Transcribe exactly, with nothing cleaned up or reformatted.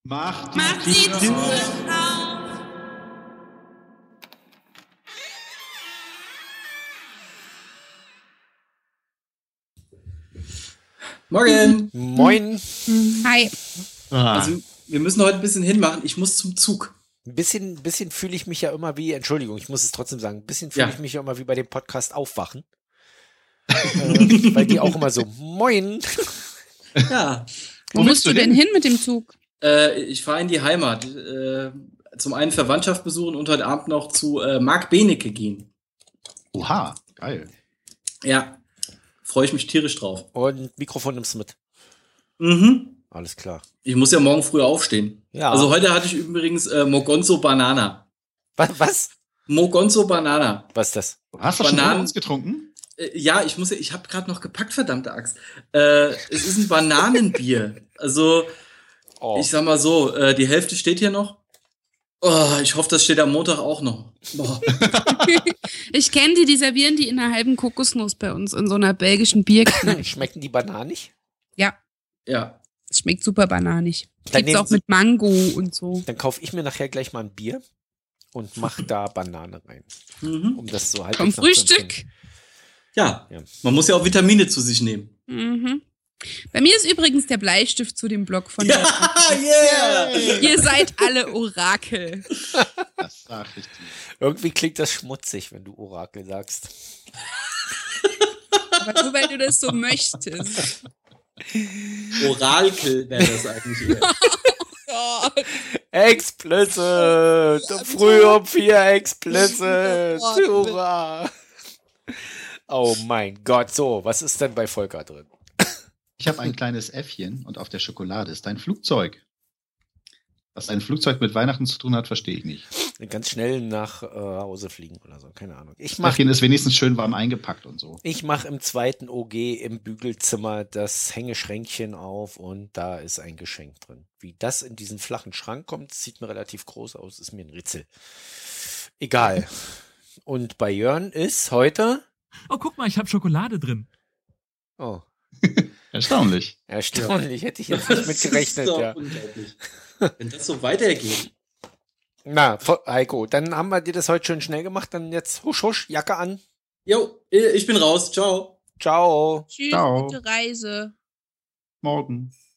Macht die, Macht die Tür Tür auf. auf. Morgen. Moin. Hi. Ah, Also, wir müssen heute ein bisschen hinmachen. Ich muss zum Zug. Ein bisschen, bisschen fühle ich mich ja immer wie, Entschuldigung, ich muss es trotzdem sagen, ein bisschen fühle Ja. ich mich ja immer wie bei dem Podcast Aufwachen. äh, weil die auch immer so, moin. Ja. Wo musst du denn hin mit dem Zug? Äh, ich fahre in die Heimat. Äh, zum einen Verwandtschaft besuchen und heute Abend noch zu äh, Marc Benecke gehen. Oha, geil. Ja. Freue ich mich tierisch drauf. Und Mikrofon nimmst du mit. Mhm. Alles klar. Ich muss ja morgen früh aufstehen. Ja. Also heute hatte ich übrigens äh, Mogonzo Banana. Was? Was, Mogonzo Banana. was ist das? Hast du schon Bananen- bei uns getrunken? Äh, ja, ich muss ja, ich habe gerade noch gepackt, verdammte Axt. Äh, es ist ein Bananenbier. Also, Oh. ich sag mal so, äh, die Hälfte steht hier noch. Oh, ich hoffe, das steht am Montag auch noch. Boah. Ich kenne die, die servieren die in einer halben Kokosnuss bei uns in so einer belgischen Bierkneipe. Schmecken die bananig? Ja, Ja. es schmeckt super bananig. Dann Gibt's nehmen auch Sie- mit Mango und so. Dann kaufe ich mir nachher gleich mal ein Bier und mache da Banane rein. Mhm. Um das so halbwegs Vom noch zu Frühstück. empfinden. Ja. Ja. Man muss ja auch Vitamine zu sich nehmen. Mhm. Bei mir ist übrigens der Bleistift zu dem Blog von Ja, yeah! der. Ihr seid alle Orakel. Das sag ich dir. Irgendwie klingt das schmutzig, wenn du Orakel sagst. Aber nur weil du das so möchtest. Oralkel wäre das eigentlich eher. Gott. Explicit! Früh um vier explicit! Hurra! Oh mein Gott, so, was ist denn bei Volker drin? Ich habe ein kleines Äffchen und auf der Schokolade ist ein Flugzeug. Was ein Flugzeug mit Weihnachten zu tun hat, verstehe ich nicht. Ganz schnell nach äh, Hause fliegen oder so, keine Ahnung. Ich Das mach, Äffchen ist wenigstens schön warm eingepackt und so. ich mach im zweiten O G im Bügelzimmer das Hängeschränkchen auf und da ist ein Geschenk drin. Wie das in diesen flachen Schrank kommt, sieht mir relativ groß aus, ist mir ein Rätsel. Egal. Und bei Jörn ist heute... Oh, guck mal, ich habe Schokolade drin. Oh, Erstaunlich. erstaunlich, hätte ich jetzt nicht mit gerechnet, Das ist doch ja. unglaublich. Wenn das so weitergeht. Na, Vo- Heiko, dann haben wir dir das heute schön schnell gemacht, dann jetzt husch husch, Jacke an. Jo, ich bin raus. Ciao. Ciao. Tschüss, Ciao. gute Reise. Morgen.